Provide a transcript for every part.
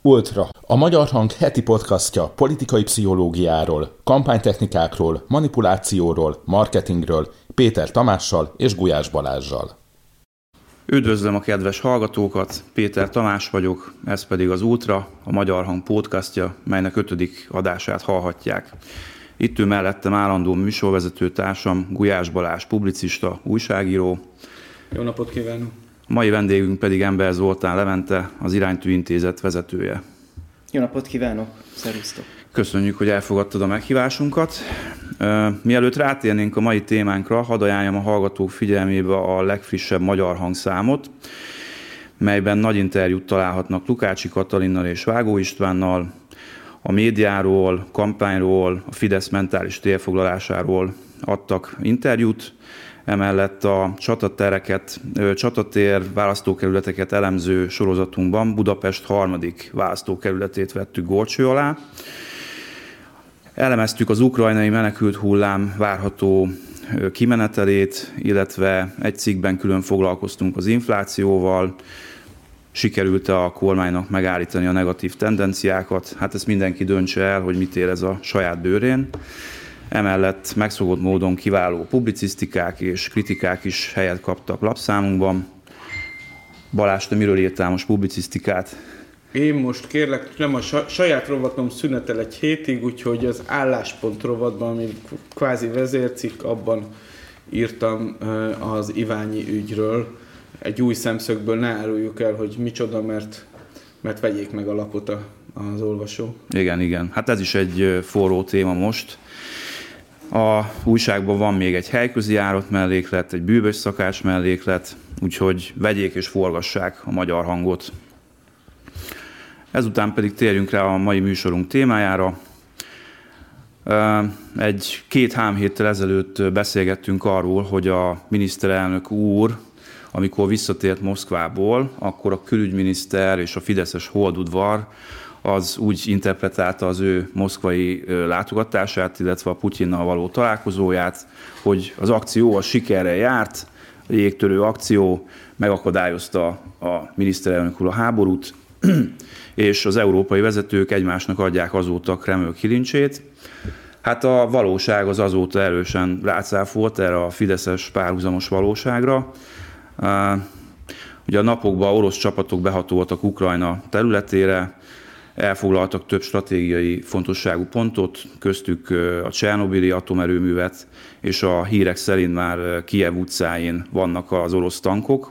Ultra, a Magyar Hang heti podcastja politikai pszichológiáról, kampánytechnikákról, manipulációról, marketingről, Péter Tamással és Gulyás Balázssal. Üdvözlöm a kedves hallgatókat, Péter Tamás vagyok, ez pedig az Ultra, a Magyar Hang podcastja, melynek 5. adását hallhatják. Itt ül mellettem állandó műsorvezető társam, Gulyás Balázs, publicista, újságíró. Jó napot kívánok! A mai vendégünk pedig Ember Zoltán Levente, az Iránytű Intézet vezetője. Jó napot kívánok! Szervusztok! Köszönjük, hogy elfogadtad a meghívásunkat. Mielőtt rátérnénk a mai témánkra, hadd ajánljam a hallgatók figyelmébe a legfrissebb Magyar Hang számot, melyben nagy interjút találhatnak Lukácsi Katalinnal és Vágó Istvánnal, a médiáról, kampányról, a Fidesz mentális térfoglalásáról adtak interjút, emellett a csatatér választókerületeket elemző sorozatunkban Budapest 3. választókerületét vettük górcső alá. Elemeztük az ukrajnai menekült hullám várható kimenetelét, illetve egy cikkben külön foglalkoztunk az inflációval. Sikerült a kormánynak megállítani a negatív tendenciákat. Hát ezt mindenki döntse el, hogy mit érez a saját bőrén. Emellett megszokott módon kiváló publicisztikák és kritikák is helyet kaptak lapszámunkban. Balázs, te miről írtál most publicisztikát? Én most kérlek, nem a saját rovatom szünetel egy hétig, úgyhogy az álláspont rovatban, ami kvázi vezércikk, abban írtam az Iványi ügyről. Egy új szemszögből, ne áruljuk el, hogy micsoda, mert vegyék meg a lapot az olvasó. Igen. Hát ez is egy forró téma most. A újságban van még egy helyközi járat melléklet, egy bűvös szakács melléklet, úgyhogy vegyék és forgassák a Magyar Hangot. Ezután pedig térjünk rá a mai műsorunk témájára. Két-három héttel ezelőtt beszélgettünk arról, hogy a miniszterelnök úr, amikor visszatért Moszkvából, akkor a külügyminiszter és a fideszes holdudvar az úgy interpretálta az ő moszkvai látogatását, illetve a Putyinnal való találkozóját, hogy az akció a sikerrel járt, a jégtörő akció megakadályozta a miniszterelnök úr a háborút, és az európai vezetők egymásnak adják azóta Kreml kilincsét. Hát a valóság az azóta erősen rácáfolt erre a fideszes párhuzamos valóságra. Ugye a napokban orosz csapatok behatoltak Ukrajna területére, elfoglaltak több stratégiai fontosságú pontot, köztük a Csernobili atomerőművet, és a hírek szerint már Kijev utcáin vannak az orosz tankok.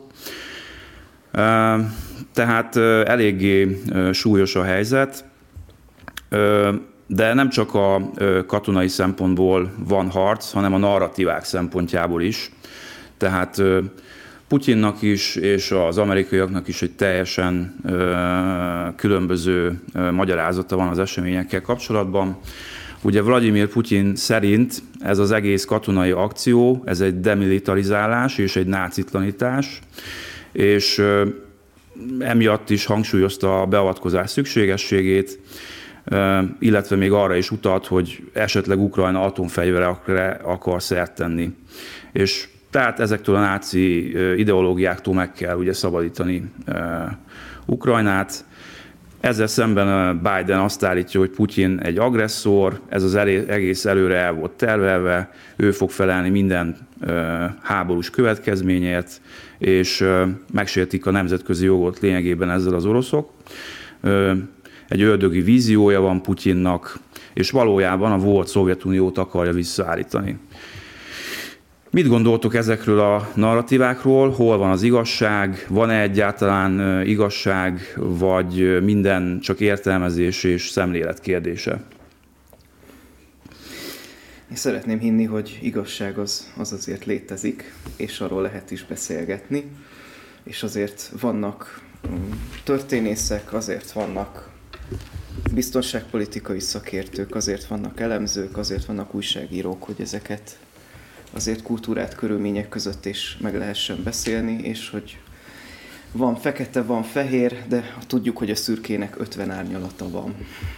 Tehát eléggé súlyos a helyzet, de nem csak a katonai szempontból van harc, hanem a narratívák szempontjából is. Tehát Putyinnak is és az amerikaiaknak is egy teljesen különböző magyarázata van az eseményekkel kapcsolatban. Ugye Vladimir Putyin szerint ez az egész katonai akció, ez egy demilitarizálás és egy nácitlanítás, és emiatt is hangsúlyozta a beavatkozás szükségességét, illetve még arra is utalt, hogy esetleg Ukrajna atomfegyverekre akar szert tenni. És tehát ezektől a náci ideológiáktól meg kell ugye szabadítani Ukrajnát. Ezzel szemben Biden azt állítja, hogy Putyin egy agresszor, ez az egész előre el volt tervelve, ő fog felelni minden háborús következményért, és megsértik a nemzetközi jogot lényegében ezzel az oroszok. Egy ördögi víziója van Putyinnak, és valójában a volt Szovjetuniót akarja visszaállítani. Mit gondoltok ezekről a narratívákról? Hol van az igazság? Van-e egyáltalán igazság, vagy minden csak értelmezés és szemlélet kérdése? Én szeretném hinni, hogy igazság az azért létezik, és arról lehet is beszélgetni. És azért vannak történészek, azért vannak biztonságpolitikai szakértők, azért vannak elemzők, azért vannak újságírók, hogy ezeket azért kultúrát körülmények között is meg lehessen beszélni, és hogy van fekete, van fehér, de tudjuk, hogy a szürkének 50 árnyalata van.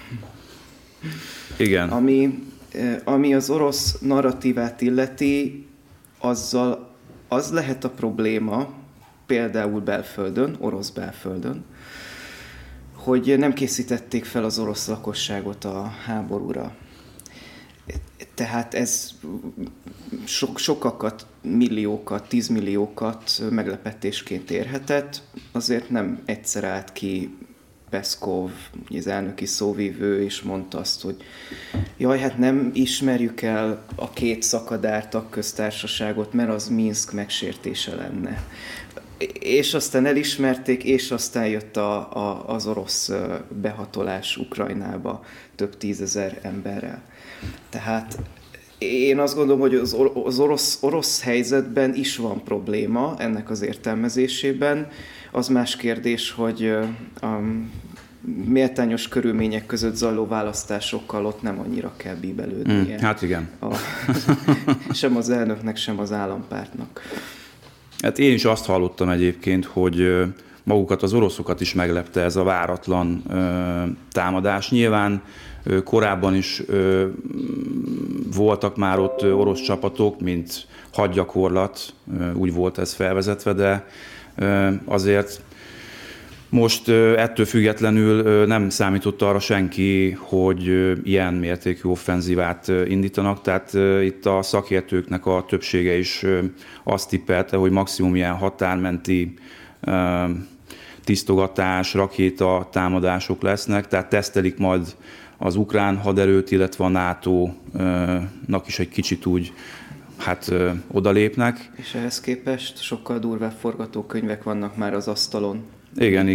Igen. Ami az orosz narratívát illeti, azzal az lehet a probléma, például belföldön, orosz belföldön, hogy nem készítették fel az orosz lakosságot a háborúra. Tehát ez sokakat, milliókat, 10 milliókat meglepetésként érhetett. Azért nem egyszer állt ki Peszkov, az elnöki szóvivő, és mondta azt, hogy jaj, hát nem ismerjük el a két szakadár tagköztársaságot, mert az Minszk megsértése lenne. És aztán elismerték, és aztán jött az orosz behatolás Ukrajnába több 10 000 emberrel. Tehát én azt gondolom, hogy az orosz helyzetben is van probléma ennek az értelmezésében. Az más kérdés, hogy a méltányos körülmények között zajló választásokkal ott nem annyira kell bíbelődnie. Hát igen. Sem az elnöknek, sem az állampártnak. Hát én is azt hallottam egyébként, hogy magukat az oroszokat is meglepte ez a váratlan támadás. Nyilván korábban is voltak már ott orosz csapatok, mint hadgyakorlat, úgy volt ez felvezetve, de azért most ettől függetlenül nem számított arra senki, hogy ilyen mértékű offenzívát indítanak, tehát itt a szakértőknek a többsége is azt tippelte, hogy maximum ilyen határmenti tisztogatás, rakéta támadások lesznek, tehát tesztelik majd az ukrán haderőt, illetve a NATO-nak is egy kicsit úgy odalépnek. És ehhez képest sokkal durvább forgatókönyvek vannak már az asztalon. Igen.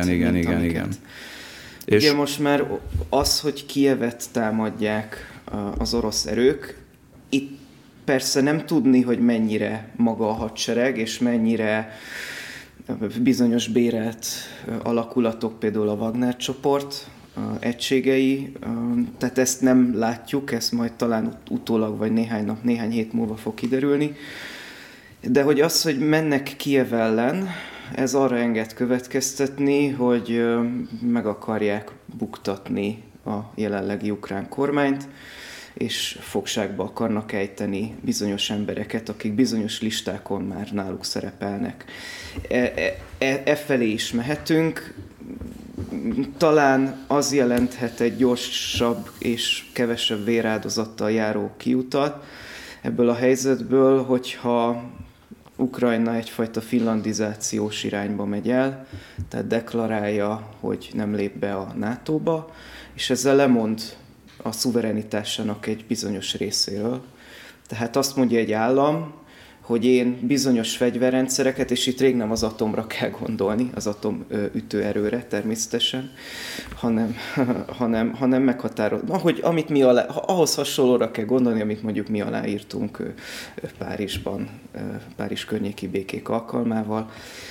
És ugye most már az, hogy Kijevet támadják az orosz erők, itt persze nem tudni, hogy mennyire maga a hadsereg, és mennyire bizonyos bérelt alakulatok, például a Wagner csoport egységei, tehát ezt nem látjuk, ezt majd talán utólag, vagy néhány hét múlva fog kiderülni. De hogy az, hogy mennek Kijev ellen, ez arra enged következtetni, hogy meg akarják buktatni a jelenlegi ukrán kormányt, és fogságba akarnak ejteni bizonyos embereket, akik bizonyos listákon már náluk szerepelnek. Felé is mehetünk. Talán az jelenthet egy gyorsabb és kevesebb véráldozattal járó kiutat ebből a helyzetből, hogyha Ukrajna egyfajta finlandizációs irányba megy el, tehát deklarálja, hogy nem lép be a NATO-ba, és ezzel lemond a szuverenitásának egy bizonyos részéről. Tehát azt mondja egy állam, hogy én bizonyos fegyverrendszereket, és itt rég nem az atomra kell gondolni, az atom ütőerőre természetesen, hanem meghatározni, hogy amit mi alá, ahhoz hasonlóra kell gondolni, amit mondjuk mi aláírtunk Párizsban, Párizs környéki békék alkalmával.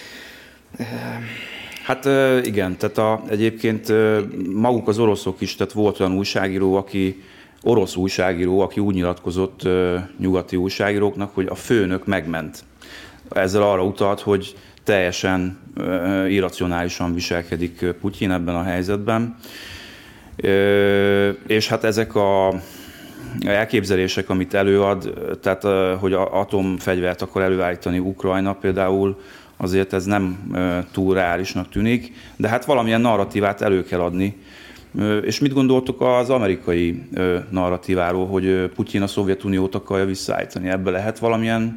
Hát igen, tehát egyébként maguk az oroszok is, tehát volt olyan újságíró, orosz újságíró, aki úgy nyilatkozott nyugati újságíróknak, hogy a főnök megment. Ezzel arra utalt, hogy teljesen irracionálisan viselkedik Putyin ebben a helyzetben. És hát ezek a elképzelések, amit előad, tehát hogy atomfegyvert akar előállítani Ukrajna például, azért ez nem túl reálisnak tűnik, de hát valamilyen narratívát elő kell adni. És mit gondoltok az amerikai narratíváról, hogy Putyin a Szovjetuniót akarja visszaállítani? Ebbe lehet valamilyen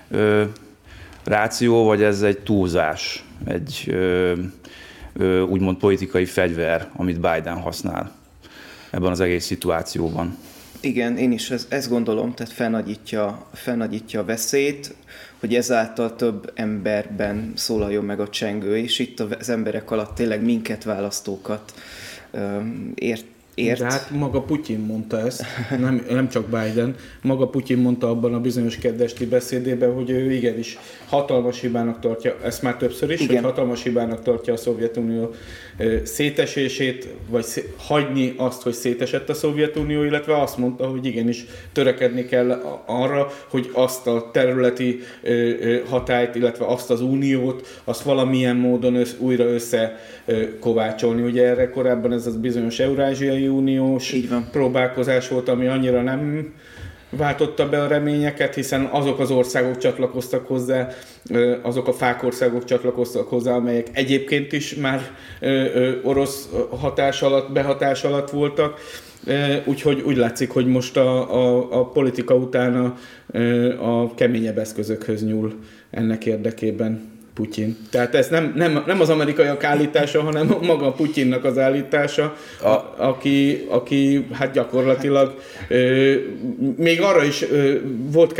ráció, vagy ez egy túlzás, egy úgymond politikai fegyver, amit Biden használ ebben az egész szituációban? Igen, én is ezt gondolom, tehát felnagyítja a veszélyt, hogy ezáltal több emberben szólaljon meg a csengő, és itt az emberek alatt tényleg minket, választókat ért. De hát maga Putyin mondta ezt, nem csak Biden, maga Putyin mondta abban a bizonyos kedvesti beszédében, hogy ő igenis hatalmas hibának tartja, ezt már többször is, igen, hogy hatalmas hibának tartja a Szovjetunió szétesését, vagy hagyni azt, hogy szétesett a Szovjetunió, illetve azt mondta, hogy igenis törekedni kell arra, hogy azt a területi hatályt, illetve azt az uniót, azt valamilyen módon újra összekovácsolni. Ugye erre korábban ez az bizonyos Eurázsiai Uniós próbálkozás volt, ami annyira nem váltotta be a reményeket, hiszen azok az országok csatlakoztak hozzá, azok a fákországok csatlakoztak hozzá, amelyek egyébként is már orosz behatás alatt voltak. Úgyhogy úgy látszik, hogy most a politika utána a keményebb eszközökhöz nyúl ennek érdekében Putyin. Tehát ez nem az amerikaiak állítása, hanem maga Putyinnak az állítása, aki hát gyakorlatilag még arra is volt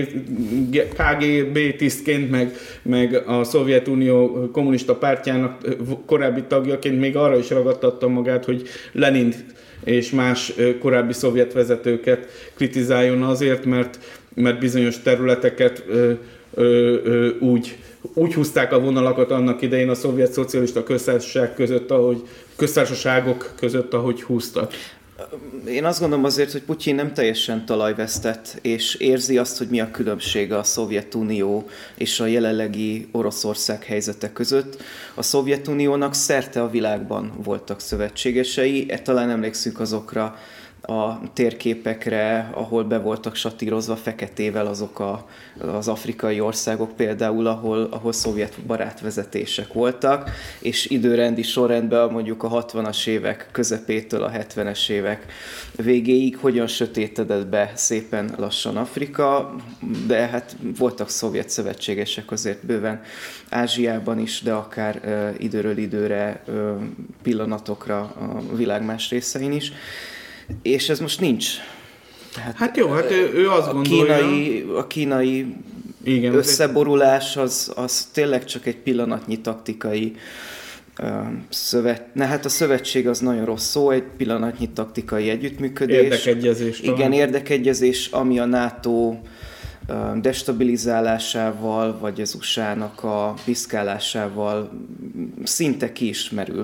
KGB tisztként, meg a Szovjetunió kommunista pártjának korábbi tagjaként még arra is ragadtatta magát, hogy Lenin és más korábbi szovjet vezetőket kritizáljon azért, mert bizonyos területeket úgy húzták a vonalakat annak idején a szovjet szocialista köztársaságok között, ahogy húztak. Én azt gondolom azért, hogy Putyin nem teljesen talajvesztett, és érzi azt, hogy mi a különbsége a Szovjetunió és a jelenlegi Oroszország helyzete között. A Szovjetuniónak szerte a világban voltak szövetségesei, talán emlékszünk azokra a térképekre, ahol be voltak satírozva feketével azok az afrikai országok például, ahol szovjet barát vezetések voltak, és időrendi sorrendben mondjuk a 60-as évek közepétől a 70-es évek végéig hogyan sötétedett be szépen lassan Afrika, de hát voltak szovjet szövetségesek azért bőven Ázsiában is, de akár időről időre pillanatokra a világ más részein is. És ez most nincs. Hát jó, hát ő azt gondolja... A kínai igen, összeborulás az tényleg csak egy pillanatnyi taktikai a szövetség az nagyon rossz szó, egy pillanatnyi taktikai együttműködés. Érdekegyezés. Igen, érdekegyezés, ami a NATO destabilizálásával, vagy az USA-nak a piszkálásával szinte ki is merül.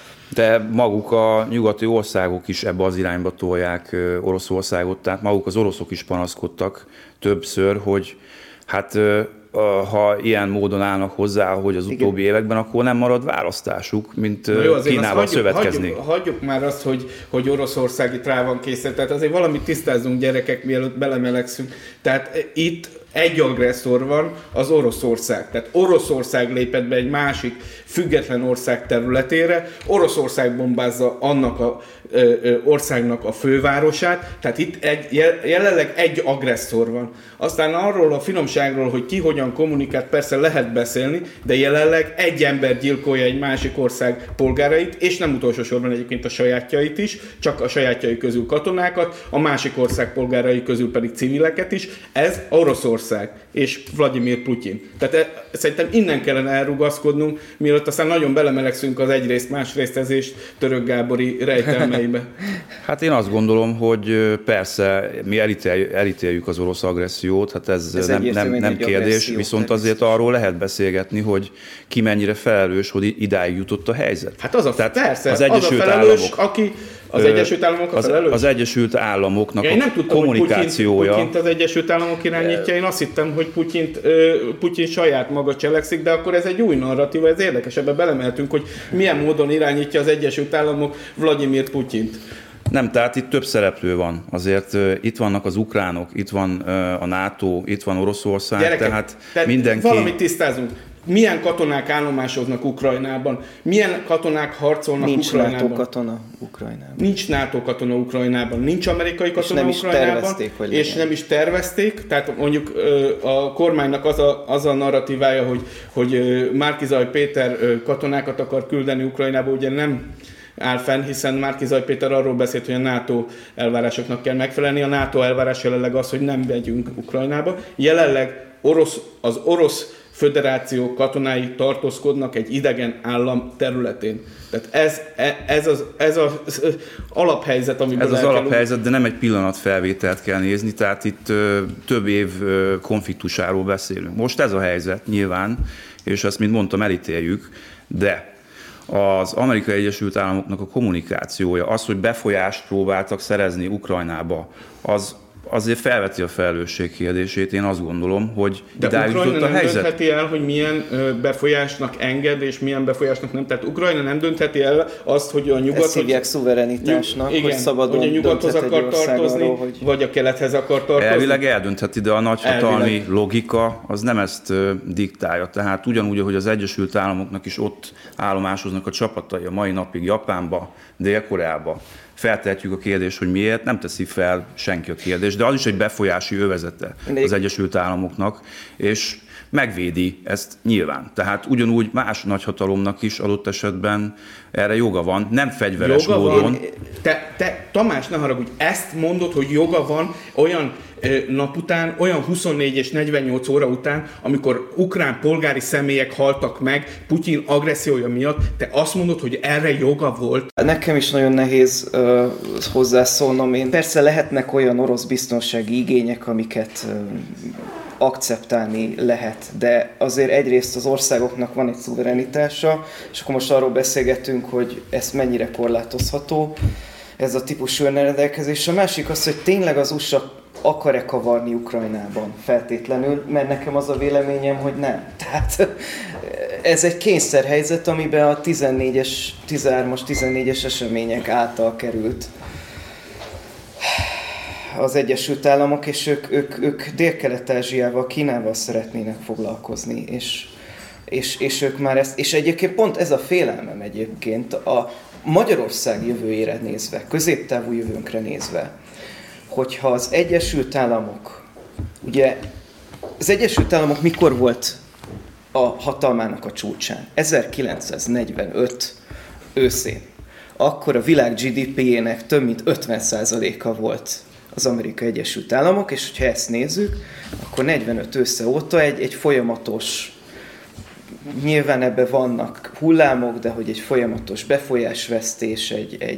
De maguk a nyugati országok is ebbe az irányba tolják Oroszországot, tehát maguk az oroszok is panaszkodtak többször, hogy hát ha ilyen módon állnak hozzá, hogy az utóbbi években, akkor nem marad választásuk, mint Kínával szövetkezni. Hagyjuk már azt, hogy Oroszország itt rá van készen. Tehát azért valamit tisztázzunk, gyerekek, mielőtt belemelegszünk. Tehát itt egy agresszor van, az Oroszország. Tehát Oroszország lépett be egy másik független ország területére, Oroszország bombázza annak a országnak a fővárosát, tehát itt jelenleg egy agresszor van. Aztán arról a finomságról, hogy ki hogyan kommunikált, persze lehet beszélni, de jelenleg egy ember gyilkolja egy másik ország polgárait, és nem utolsó sorban egyébként a sajátjait is, csak a sajátjai közül katonákat, a másik ország polgárai közül pedig civileket is. Ez Oroszország és Vladimir Putyin. Tehát szerintem innen kellene elrugaszkodnunk, mielőtt aztán nagyon belemelegszünk az egyrészt másrésztezést Török Gábori rejtelmeibe. Hát én azt gondolom, hogy persze mi elítéljük az orosz agressziót, hát ez nem kérdés, viszont azért arról lehet beszélgetni, hogy ki mennyire felelős, hogy idáig jutott a helyzet. Hát persze, az Egyesült Államok, aki az Egyesült Államok a felelős? Az Egyesült Államoknak a kommunikációja. Putyint az Egyesült Államok irányítja. Én azt hittem, hogy Putyin saját maga cselekszik, de akkor ez egy új narratíva, ez érdekes. Ebbe belemeltünk, hogy milyen módon irányítja az Egyesült Államok Vladimir Putyint. Nem, tehát itt több szereplő van. Azért itt vannak az ukránok, itt van a NATO, itt van Oroszország, gyerekek, tehát mindenki... Valamit tisztázunk. Milyen katonák állomásoznak Ukrajnában? Milyen katonák harcolnak Ukrajnában? Nincs NATO katona Ukrajnában. Nincs NATO katona Ukrajnában. Nincs amerikai katona Ukrajnában. És nem is tervezték. Tehát mondjuk a kormánynak az a narratívája, hogy Márki-Zay Péter katonákat akar küldeni Ukrajnába, ugye nem áll fenn, hiszen Márki-Zay Péter arról beszélt, hogy a NATO elvárásoknak kell megfelelni. A NATO elvárás jelenleg az, hogy nem megyünk Ukrajnába. Jelenleg az orosz föderáció katonái tartózkodnak egy idegen állam területén. Tehát ez az alaphelyzet, amiben ez az alaphelyzet, de nem egy pillanatfelvételt kell nézni, tehát itt több év konfliktusáról beszélünk. Most ez a helyzet nyilván, és ezt, mint mondtam, elítéljük, de az Amerikai Egyesült Államoknak a kommunikációja, az, hogy befolyást próbáltak szerezni Ukrajnába, azért felveti a felelősség kérdését, én azt gondolom, hogy idáig jutott a helyzet. Nem döntheti el, hogy milyen befolyásnak enged, és milyen befolyásnak nem. Tehát Ukrajna nem döntheti el azt, hogy a nyugat... Ezt hívják szuverenitásnak, igen, hogy szabadon hogy a nyugathoz akar tartozni, hogy... vagy a kelethez akar tartozni. Elvileg eldöntheti, de a nagyhatalmi logika az nem ezt diktálja. Tehát ugyanúgy, ahogy az Egyesült Államoknak is ott állomásoznak a csapatai a mai napig Japánba, Dél-Koreába, feltehetjük a kérdést, hogy miért, nem teszi fel senki a kérdést, de az is egy befolyási övezete az Egyesült Államoknak, és megvédi ezt nyilván. Tehát ugyanúgy más nagyhatalomnak is adott esetben erre joga van, nem fegyveres joga módon. Van. Te, Tamás, ne haragudj, ezt mondod, hogy joga van olyan nap után, olyan 24 és 48 óra után, amikor ukrán polgári személyek haltak meg Putyin agressziója miatt, te azt mondod, hogy erre joga volt? Nekem is nagyon nehéz hozzászólnom. Persze lehetnek olyan orosz biztonsági igények, amiket akceptálni lehet, de azért egyrészt az országoknak van egy szuverenitása, és akkor most arról beszélgetünk, hogy ez mennyire korlátozható, ez a típusú önrendelkezés. A másik az, hogy tényleg az USA akar-e kavarni Ukrajnában feltétlenül, mert nekem az a véleményem, hogy nem. Tehát ez egy kényszerhelyzet, amiben a 13-as, 14-es események által került az Egyesült Államok, és ők Dél-Kelet-Ázsiával, Kínával szeretnének foglalkozni, és ők már ezt, és egyébként pont ez a félelmem egyébként a Magyarország jövőjére nézve, középtávú jövőnkre nézve, hogyha az Egyesült Államok, ugye az Egyesült Államok mikor volt a hatalmának a csúcsán? 1945 őszén. Akkor a világ GDP-jének több mint 50%-a volt az Amerikai Egyesült Államok, és hogyha ezt nézzük, akkor 45 ősze óta egy folyamatos, nyilván ebben vannak hullámok, de hogy egy folyamatos befolyásvesztés,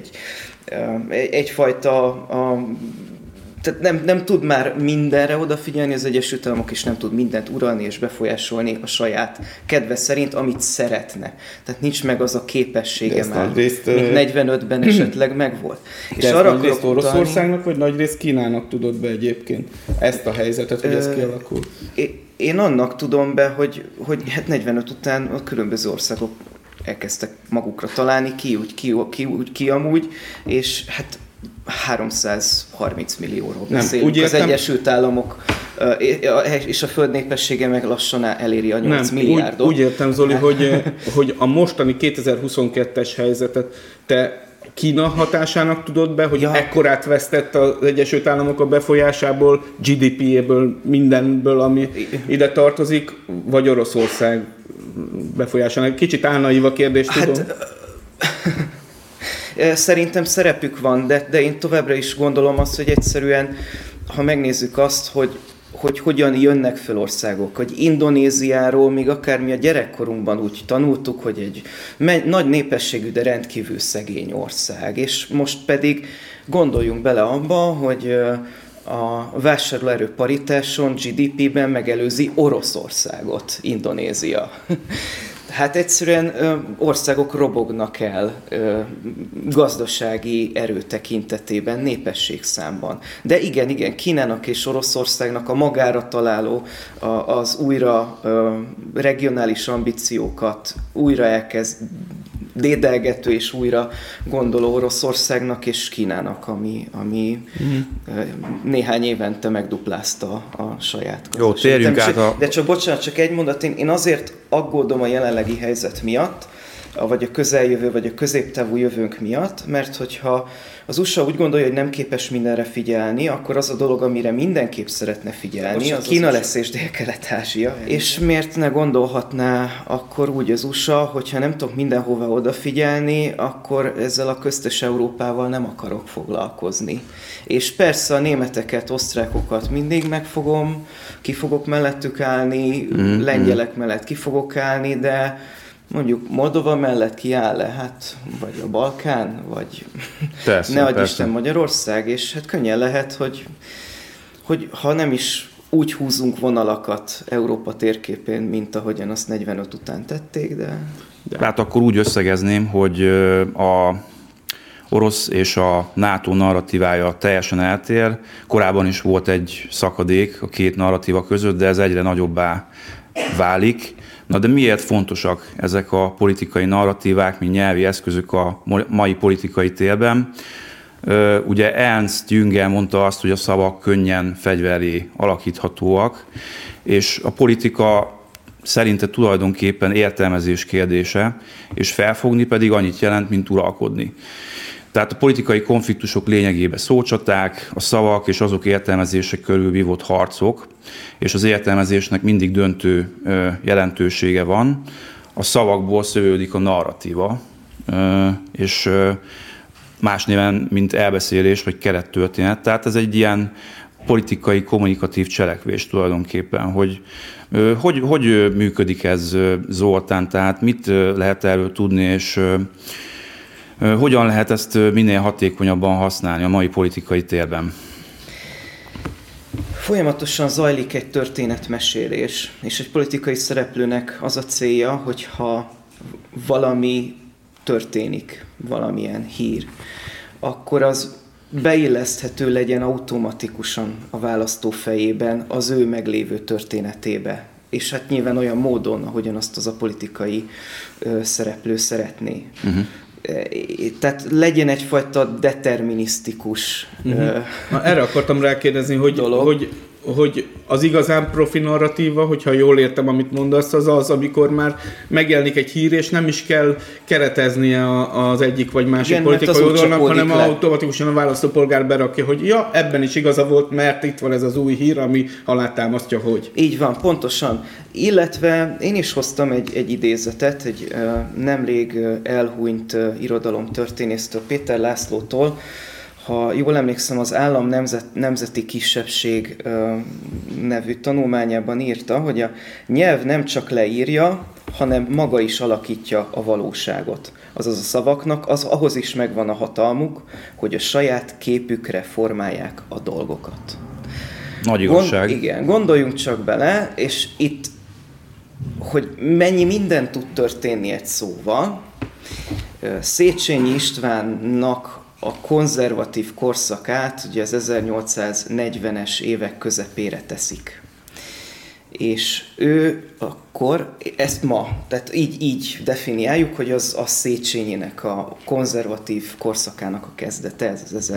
egyfajta tehát nem tud már mindenre odafigyelni az Egyesült Államok, és nem tud mindent uralni és befolyásolni a saját kedve szerint, amit szeretne. Tehát nincs meg az a képessége már, mint 45-ben esetleg megvolt. De és arra nagyrészt Oroszországnak, vagy nagyrészt Kínának tudod be egyébként ezt a helyzetet, hogy ez kialakul? Én annak tudom be, hogy hát 45 után a különböző országok elkezdtek magukra találni, ki amúgy, és hát 330 millióról beszélünk. Az Egyesült Államok és a föld népessége meg lassan eléri a 8 milliárdot. Úgy értem, Zoli, hogy a mostani 2022-es helyzetet te Kína hatásának tudod be, hogy ekkorát vesztett az Egyesült Államok a befolyásából, GDP-éből, mindenből, ami ide tartozik, vagy Oroszország befolyásának? Kicsit álnaív a kérdés, tudom. Szerintem szerepük van, de én továbbra is gondolom azt, hogy egyszerűen, ha megnézzük azt, hogy hogyan jönnek fel országok, hogy Indonéziáról még akár mi a gyerekkorunkban úgy tanultuk, hogy egy nagy népességű, de rendkívül szegény ország, és most pedig gondoljunk bele abba, hogy a vásárlóerő paritáson GDP-ben megelőzi Oroszországot, Indonézia. Hát egyszerűen országok robognak el gazdasági erő tekintetében, népességszámban. De igen, Kínának és Oroszországnak a magára találó, az újra regionális ambíciókat újra elkezd dédelgető és újra gondoló Oroszországnak és Kínának, ami néhány évente megduplázta a saját gazdaságát. Jó, térjünk át a... De csak bocsánat, csak egy mondat, én azért aggódom a jelenlegi helyzet miatt, vagy a közeljövő, vagy a középtávú jövőnk miatt, mert hogyha az USA úgy gondolja, hogy nem képes mindenre figyelni, akkor az a dolog, amire mindenképp szeretne figyelni, az Kína lesz és Dél-Kelet-Ázsia. És miért ne gondolhatná akkor úgy az USA, hogyha nem tudok mindenhova odafigyelni, akkor ezzel a köztes Európával nem akarok foglalkozni. És persze a németeket, osztrákokat mindig ki fogok mellettük állni, lengyelek mellett ki fogok állni, de mondjuk Moldova mellett kiáll-e, hát, vagy a Balkán, vagy persze, ne adj Isten Magyarország, és hát könnyen lehet, hogy ha nem is úgy húzunk vonalakat Európa térképén, mint ahogyan azt 45 után tették, de... Hát akkor úgy összegezném, hogy orosz és a NATO narratívája teljesen eltér. Korábban is volt egy szakadék a két narratíva között, de ez egyre nagyobbá válik. Na de miért fontosak ezek a politikai narratívák, mint nyelvi eszközök a mai politikai térben? Ugye Ernst Jünger mondta azt, hogy a szavak könnyen fegyverré alakíthatóak, és a politika szerinte tulajdonképpen értelmezés kérdése, és felfogni pedig annyit jelent, mint uralkodni. Tehát a politikai konfliktusok lényegében szócsaták, a szavak és azok értelmezések körül vívott harcok, és az értelmezésnek mindig döntő jelentősége van. A szavakból szőlődik a narratíva, és más néven, mint elbeszélés vagy kerettörténet. Tehát ez egy ilyen politikai, kommunikatív cselekvés tulajdonképpen, hogy működik ez, Zoltán, tehát mit lehet erről tudni, és hogyan lehet ezt minél hatékonyabban használni a mai politikai térben? Folyamatosan zajlik egy történetmesélés, és egy politikai szereplőnek az a célja, hogyha valami történik, valamilyen hír, akkor az beilleszthető legyen automatikusan a választó fejében az ő meglévő történetébe. És hát nyilván olyan módon, ahogyan azt az a politikai szereplő szeretné. Tehát legyen egyfajta determinisztikus erre akartam rákérdezni, hogy az igazán profi narratíva, hogyha jól értem, amit mondasz, az, amikor már megjelenik egy hír, és nem is kell kereteznie az egyik vagy másik politikai oldalnak, hanem automatikusan a választópolgár berakja, hogy ja, ebben is igaza volt, mert itt van ez az új hír, ami alátámasztja, hogy. Így van, pontosan. Illetve én is hoztam egy idézetet, egy nemrég elhunyt irodalomtörténésztől, Péter Lászlótól. Ha jól emlékszem, az Állam nemzeti kisebbség nevű tanulmányában írta, hogy a nyelv nem csak leírja, hanem maga is alakítja a valóságot. Azaz a szavaknak ahhoz is megvan a hatalmuk, hogy a saját képükre formálják a dolgokat. Nagy igazság. Igen, gondoljunk csak bele, és itt, hogy mennyi minden tud történni egy szóval. Széchenyi Istvánnak a konzervatív korszakát ugye az 1840-es évek közepére teszik. És ő akkor ezt ma, tehát így definiáljuk, hogy az a Széchenyinek a konzervatív korszakának a kezdete, ez az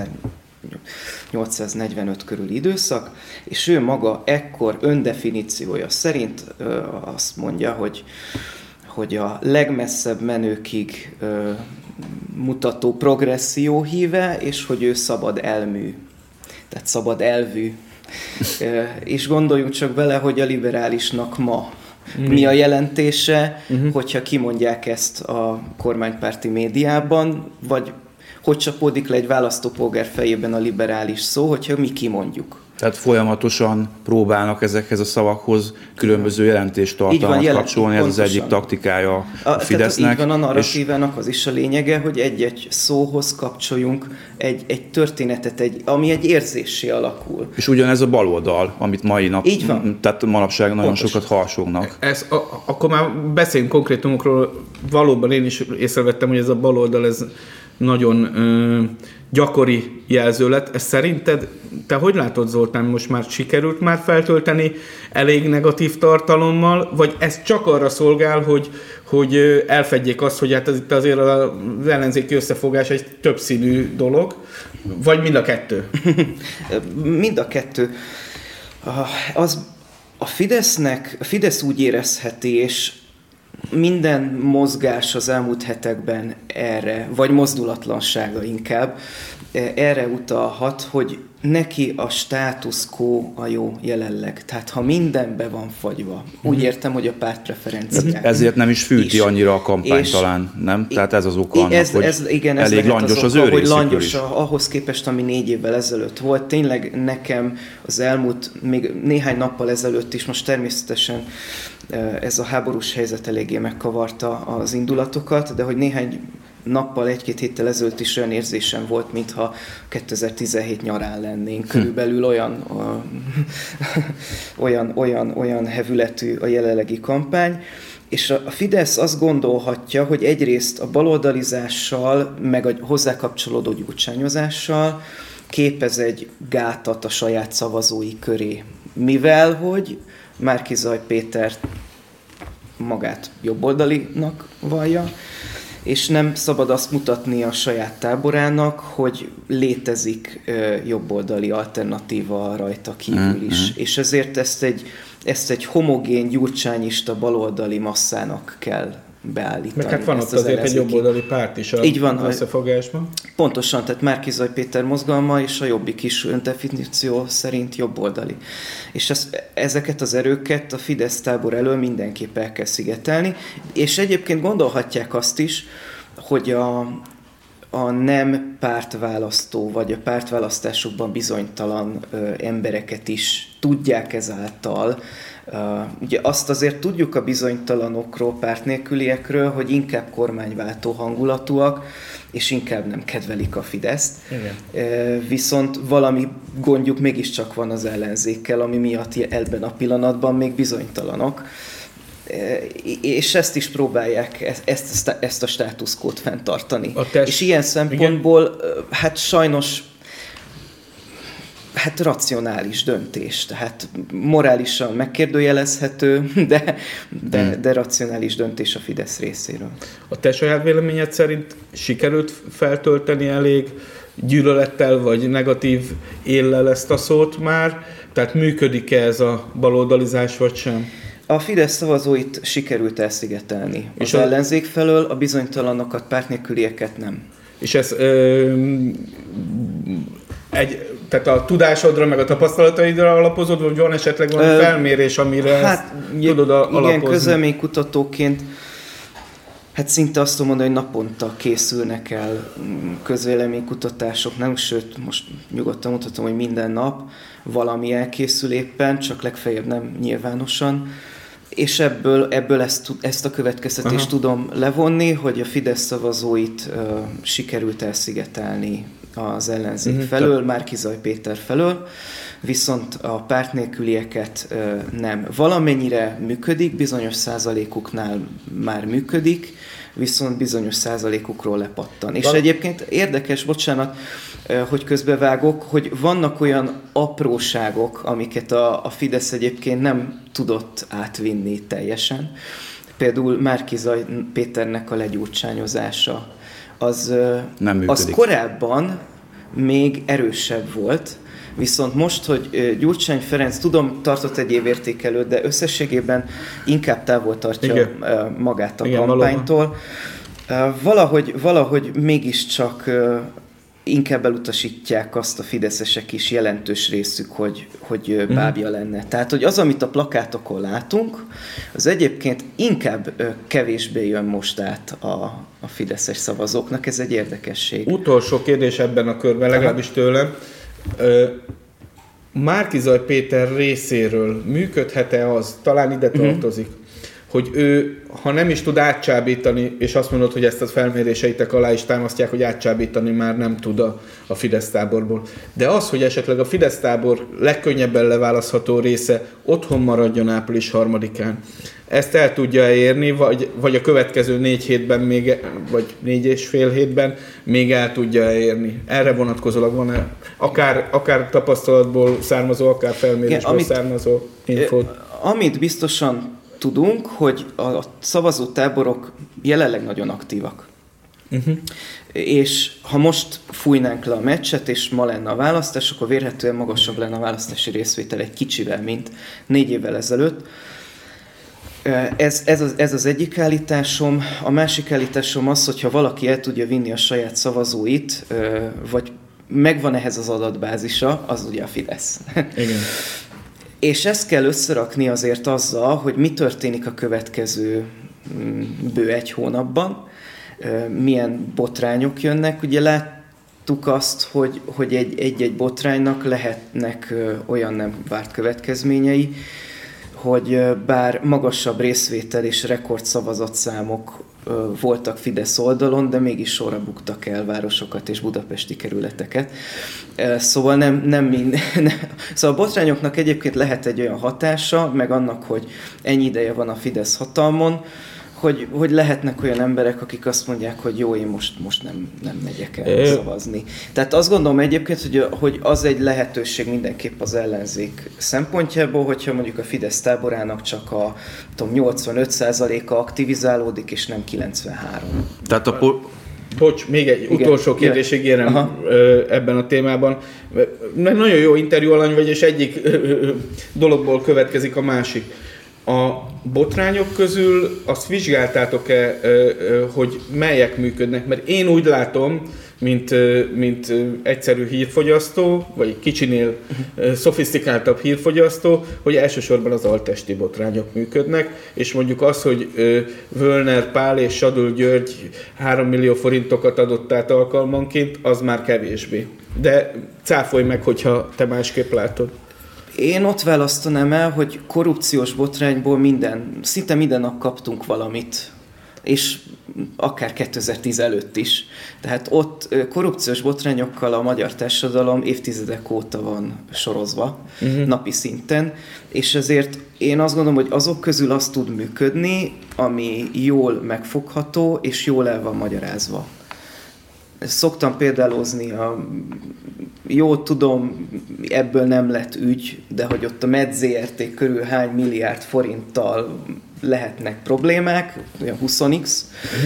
1845 körüli időszak, és ő maga ekkor öndefiníciója szerint azt mondja, hogy a legmesszebb menőkig mutató progresszió híve, és hogy ő szabad elmű, tehát szabad elvű. És gondoljunk csak bele, hogy a liberálisnak ma mi a jelentése, hogyha kimondják ezt a kormánypárti médiában, vagy hogy csapódik le egy választópolgár fejében a liberális szó, hogyha mi kimondjuk. Tehát folyamatosan próbálnak ezekhez a szavakhoz különböző jelentéstartalmat kapcsolni, ez az egyik taktikája a Fidesznek. Így van, a narratívának az is a lényege, hogy egy-egy szóhoz kapcsoljunk egy történetet, ami egy érzéssé alakul. És ugyanez a baloldal, amit mai nap, így van. Tehát manapság nagyon sokat harsognak. Akkor már beszéljünk konkrétumokról, valóban én is észrevettem, hogy ez a baloldal, ez nagyon gyakori jelző lett. Ez szerinted, te hogy látod, Zoltán, most már sikerült már feltölteni elég negatív tartalommal, vagy ez csak arra szolgál, hogy elfedjék azt, hogy hát ez itt azért az ellenzéki összefogás egy többszínű dolog, vagy mind a kettő? Mind a kettő. A Fidesz úgy érezheti, és minden mozgás az elmúlt hetekben erre, vagy mozdulatlansága inkább, erre utalhat, hogy neki a status quo a jó jelenleg. Tehát ha mindenbe van fagyva, úgy értem, hogy a pártpreferenciák. Ezért nem is fűti annyira a kampány talán, nem? Tehát ez az oka annak, hogy elég langyos az ő részükről is. Ahhoz képest, ami 4 évvel ezelőtt volt. Tényleg nekem az elmúlt, még néhány nappal ezelőtt is, most természetesen ez a háborús helyzet eléggé megkavarta az indulatokat, de hogy néhány nappal, 1-2 héttel ezelőtt is olyan érzésem volt, mintha 2017 nyarán lennénk. Körülbelül olyan hevületű a jelenlegi kampány, És a Fidesz azt gondolhatja, hogy egyrészt a baloldalizással, meg a hozzá kapcsolódó gyurcsányozással képez egy gátat a saját szavazói köré. Mivel, hogy Márki-Zay Péter magát jobboldalinak vallja, és nem szabad azt mutatni a saját táborának, hogy létezik jobboldali alternatíva rajta kívül is. És ezért ezt egy homogén, gyurcsányista baloldali masszának kell beállítani. Meg hát van ott azért egy jobboldali párt is az összefogásban. Pontosan, tehát Márki-Zay Péter mozgalma és a Jobbik is öndefiníció szerint jobboldali. És ezeket az erőket a Fidesz tábor elől mindenképp el kell szigetelni, és egyébként gondolhatják azt is, hogy a nem pártválasztó, vagy a pártválasztásokban bizonytalan embereket is tudják ezáltal. Ugye azt azért tudjuk a bizonytalanokról, párt nélküliekről, hogy inkább kormányváltó hangulatúak, és inkább nem kedvelik a Fideszt. Igen. Viszont valami gondjuk mégiscsak van az ellenzékkel, ami miatt ebben a pillanatban még bizonytalanok. És ezt is próbálják, ezt a státuszkót fenntartani. És ilyen szempontból, hát sajnos racionális döntés, tehát morálisan megkérdőjelezhető, de racionális döntés a Fidesz részéről. A te saját véleményed szerint sikerült feltölteni elég gyűlölettel vagy negatív éllel ezt a szót már? Tehát működik-e ez a baloldalizás vagy sem? A Fidesz szavazóit sikerült elszigetelni. Az ellenzék felől, a bizonytalanokat, párt nélkülieket nem. És ez tehát a tudásodra, meg a tapasztalataidra alapozod, vagy van esetleg valami felmérés, amire tudod alapozni? Igen, közvéleménykutatóként szinte azt tudom mondani, hogy naponta készülnek el közvéleménykutatások, nem, sőt, most nyugodtan mutatom, hogy minden nap valami elkészül éppen, csak legfeljebb nem nyilvánosan. És ebből ezt a következtetést tudom levonni, hogy a Fidesz szavazóit sikerült elszigetelni az ellenzék felől, Márki-Zay Péter felől, viszont a párt nélkülieket nem. Valamennyire működik, bizonyos százalékuknál már működik, viszont bizonyos százalékukról lepattan. És egyébként érdekes, bocsánat, hogy közbevágok, hogy vannak olyan apróságok, amiket a Fidesz egyébként nem tudott átvinni teljesen. Például Márki-Zay Péternek a legyurcsányozása. Az korábban még erősebb volt, viszont most, hogy Gyurcsány Ferenc, tudom, tartott egy évértékelőt, de összességében inkább távol tartja magát a kampánytól. Valahogy mégiscsak inkább elutasítják azt a fideszesek is, jelentős részük, hogy bábja lenne. Tehát, hogy az, amit a plakátokon látunk, az egyébként inkább kevésbé jön most át a fideszes szavazóknak. Ez egy érdekesség. Utolsó kérdés ebben a körben, legalábbis tőlem. Márki-Zay Péter részéről működhet-e az, talán ide tartozik, hogy ő, ha nem is tud átcsábítani, és azt mondod, hogy ezt a felméréseitek alá is támasztják, hogy átcsábítani már nem tud a Fidesz táborból. De az, hogy esetleg a Fidesz tábor legkönnyebben leválasztható része otthon maradjon április 3-án, ezt el tudja érni, vagy a következő 4 hétben még, vagy 4,5 hétben még el tudja érni. Erre vonatkozólag van-e akár tapasztalatból származó, akár felmérésből származó infót? Amit biztosan tudunk, hogy a szavazótáborok jelenleg nagyon aktívak. És ha most fújnánk le a meccset, és ma lenne a választás, akkor vérhetően magasabb lenne a választási részvétel egy kicsivel, mint 4 évvel ezelőtt. Ez az egyik állításom. A másik állításom az, hogyha valaki el tudja vinni a saját szavazóit, vagy megvan ehhez az adatbázisa, az ugye a Fidesz. Igen. És ezt kell összerakni azért azzal, hogy mi történik a következő bő 1 hónapban, milyen botrányok jönnek. Ugye láttuk azt, hogy egy-egy botránynak lehetnek olyan nem várt következményei, hogy bár magasabb részvétel és rekordszavazatszámok voltak Fidesz oldalon, de mégis sorra buktak el városokat és budapesti kerületeket. Szóval Szóval a botrányoknak egyébként lehet egy olyan hatása, meg annak, hogy ennyi ideje van a Fidesz hatalmon, hogy lehetnek olyan emberek, akik azt mondják, hogy jó, én most nem megyek el szavazni. Tehát azt gondolom egyébként, hogy az egy lehetőség mindenképp az ellenzék szempontjából, hogyha mondjuk a Fidesz táborának csak a 85%-a aktivizálódik, és nem 93%. Tehát Bocs, még egy utolsó kérdésig érem ebben a témában. Mert nagyon jó interjú alany vagy, és egyik dologból következik a másik. A botrányok közül azt vizsgáltátok-e, hogy melyek működnek? Mert én úgy látom, mint egyszerű hírfogyasztó, vagy egy kicsinél szofisztikáltabb hírfogyasztó, hogy elsősorban az altesti botrányok működnek, és mondjuk az, hogy Völner Pál és Sadul György 3 millió forintokat adott át alkalmanként, az már kevésbé. De cáfolj meg, hogyha te másképp látod. Én ott választanám el, hogy korrupciós botrányból szinte minden nap kaptunk valamit, és akár 2010 előtt is. Tehát ott korrupciós botrányokkal a magyar társadalom évtizedek óta van sorozva, napi szinten, és ezért én azt gondolom, hogy azok közül az tud működni, ami jól megfogható, és jól el van magyarázva. Szoktam példálozni, jó tudom, ebből nem lett ügy, de hogy ott a MED ZRT körül hány milliárd forinttal lehetnek problémák, olyan 20x,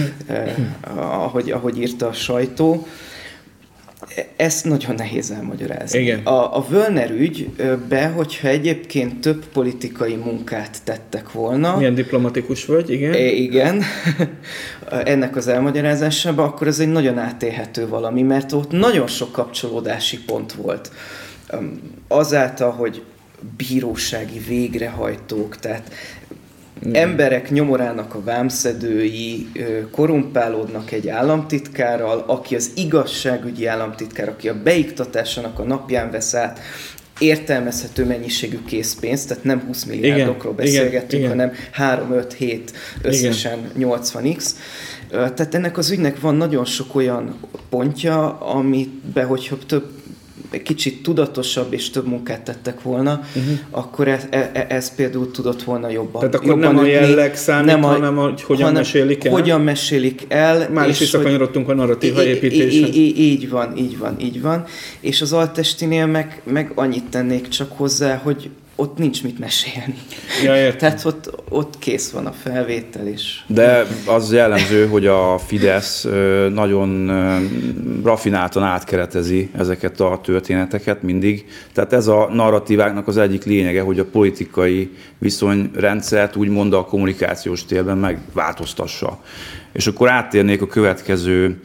ahogy írta a sajtó. Ezt nagyon nehéz elmagyarázni. Igen. A Völner ügybe, hogyha egyébként több politikai munkát tettek volna... Milyen diplomatikus vagy, igen. Igen. Ennek az elmagyarázásában, akkor ez egy nagyon átélhető valami, mert ott nagyon sok kapcsolódási pont volt. Azáltal, hogy bírósági végrehajtók, tehát emberek nyomorának a vámszedői korrumpálódnak egy államtitkárral, aki az igazságügyi államtitkár, aki a beiktatásának a napján vesz át értelmezhető mennyiségű készpénzt, tehát nem 20 milliárdokról beszélgetünk, hanem 3-5-7 összesen 80x. Tehát ennek az ügynek van nagyon sok olyan pontja, amiben, hogyha egy kicsit tudatosabb és több munkát tettek volna, akkor ez például tudott volna jobban. Tehát akkor nem a jelleg számít, hanem hogy hogyan mesélik el? Hogyan mesélik el. Már is visszakanyarodtunk a narratíva építéshez. Így van. És az altestinél meg annyit tennék csak hozzá, hogy ott nincs mit mesélni. Ja, tehát ott kész van a felvétel is. De az jellemző, hogy a Fidesz nagyon rafináltan átkeretezi ezeket a történeteket mindig. Tehát ez a narratíváknak az egyik lényege, hogy a politikai viszonyrendszert úgymond a kommunikációs térben megváltoztassa. És akkor áttérnék a következő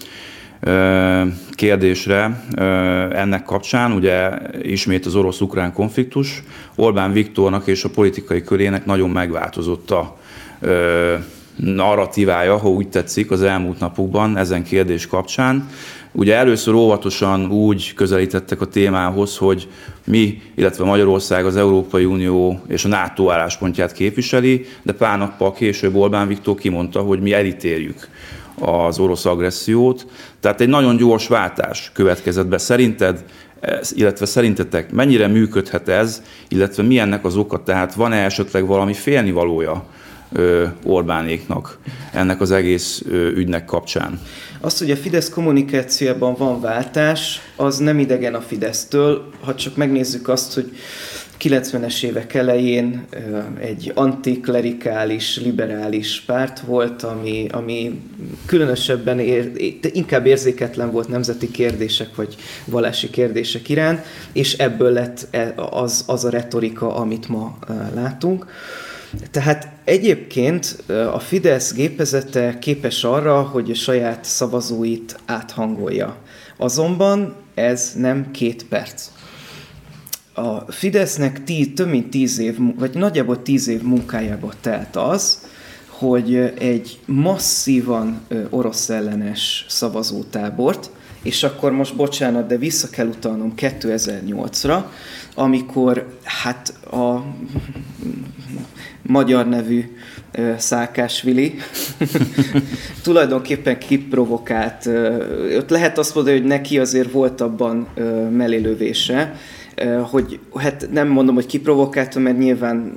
kérdésre ennek kapcsán, ugye ismét az orosz-ukrán konfliktus. Orbán Viktornak és a politikai körének nagyon megváltozott a narratívája, ha úgy tetszik, az elmúlt napokban ezen kérdés kapcsán. Ugye először óvatosan úgy közelítettek a témához, hogy mi, illetve Magyarország az Európai Unió és a NATO álláspontját képviseli, de pár nappal később Orbán Viktor kimondta, hogy mi elítéljük az orosz agressziót. Tehát egy nagyon gyors váltás következett be. Szerinted, illetve szerintetek mennyire működhet ez, illetve mi ennek az oka? Tehát van-e esetleg valami félnivalója Orbánéknak ennek az egész ügynek kapcsán? Az, hogy a Fidesz kommunikációban van váltás, az nem idegen a Fidesztől, ha csak megnézzük azt, hogy 90-es évek elején egy antiklerikális, liberális párt volt, ami különösebben inkább érzéketlen volt nemzeti kérdések vagy vallási kérdések iránt, és ebből lett az a retorika, amit ma látunk. Tehát egyébként a Fidesz gépezete képes arra, hogy a saját szavazóit áthangolja. Azonban ez nem 2 perc. A Fidesznek több mint 10 év, vagy nagyjából 10 év munkájába telt az, hogy egy masszívan orosz ellenes szavazótábort És akkor most bocsánat, de vissza kell utalnom 2008-ra, amikor hát a magyar nevű Szákásvili tulajdonképpen kiprovokált, ott lehet azt mondani, hogy neki azért volt abban mellélövése, hogy hát nem mondom, hogy kiprovokálta, mert nyilván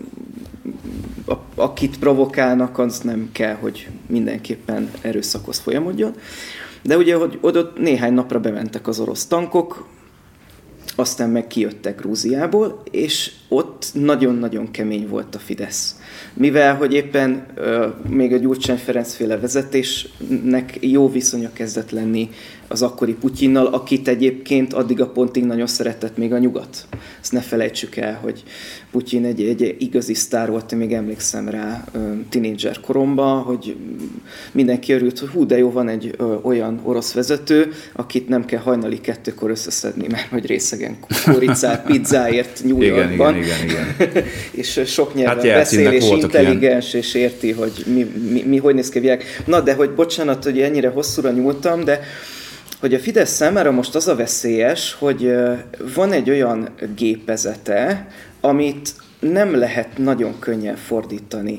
akit provokálnak, az nem kell, hogy mindenképpen erőszakhoz folyamodjon. De ugye, hogy oda néhány napra bementek az orosz tankok, aztán meg kijöttek Grúziából, és ott nagyon-nagyon kemény volt a Fidesz. Mivel, hogy éppen még a Gyurcsány Ferenc-féle vezetésnek jó viszonya kezdett lenni az akkori Putyinnal, akit egyébként addig a pontig nagyon szeretett még a nyugat. Ezt ne felejtsük el, hogy Putyin egy igazi sztár volt, én még emlékszem rá tinédzser koromban, hogy mindenki örült, hogy hú, de jó, van egy olyan orosz vezető, akit nem kell hajnali 2-kor összeszedni, mert hogy részegen kóricát, pizzáért New Yorkban. Igen. És sok nyelven beszél, és intelligens, és érti, hogy mi hogy néz ki a világ. Na, de hogy bocsánat, hogy ennyire hosszúra nyúltam, de hogy a Fidesz számára most az a veszélyes, hogy van egy olyan gépezete, amit nem lehet nagyon könnyen fordítani.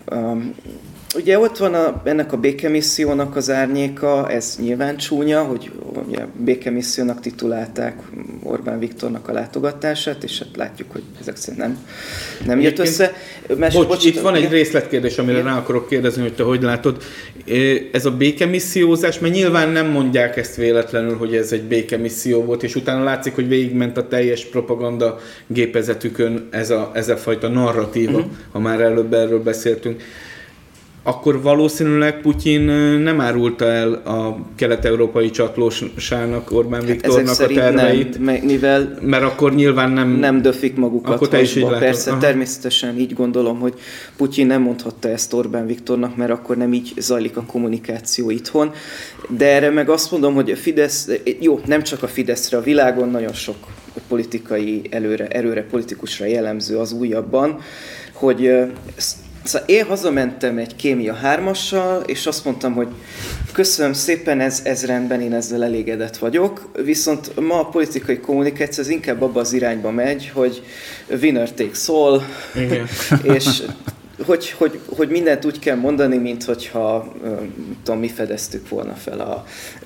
Ugye ott van ennek a békemissziónak az árnyéka, ez nyilván csúnya, hogy ugye békemissziónak titulálták Orbán Viktornak a látogatását, és hát látjuk, hogy ezek szerint nem jött össze. Bocs, itt van egy részletkérdés, amire rá akarok kérdezni, hogy te hogy látod. Ez a békemissziózás, mert nyilván nem mondják ezt véletlenül, hogy ez egy békemisszió volt, és utána látszik, hogy végigment a teljes propaganda gépezetükön ez a fajta narratíva, ha már előbb erről beszéltünk. Akkor valószínűleg Putyin nem árulta el a kelet-európai csatlósának, Orbán Viktornak a terveit, mivel mert akkor nyilván nem döfik magukat. Akkor te is így látod. Persze, természetesen így gondolom, hogy Putyin nem mondhatta ezt Orbán Viktornak, mert akkor nem így zajlik a kommunikáció itthon. De erre meg azt mondom, hogy a Fidesz, jó, nem csak a Fideszre, a világon nagyon sok politikai erőre politikusra jellemző az újabban, hogy szóval én hazamentem egy kémia 3-assal, és azt mondtam, hogy köszönöm szépen, ez rendben, én ezzel elégedett vagyok, viszont ma a politikai kommunikáció az inkább abba az irányba megy, hogy winner takes all, és hogy mindent úgy kell mondani, mint hogyha mi fedeztük volna fel a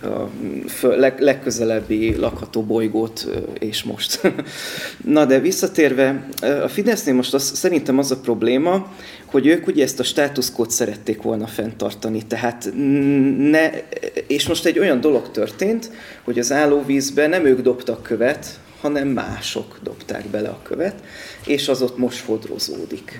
legközelebbi lakható bolygót, és most. Na de visszatérve, a Fidesznél most szerintem az a probléma, hogy ők ugye ezt a státuszkót szerették volna fenntartani, tehát és most egy olyan dolog történt, hogy az állóvízbe nem ők dobtak követ, hanem mások dobták bele a követ, és az ott most fodrozódik.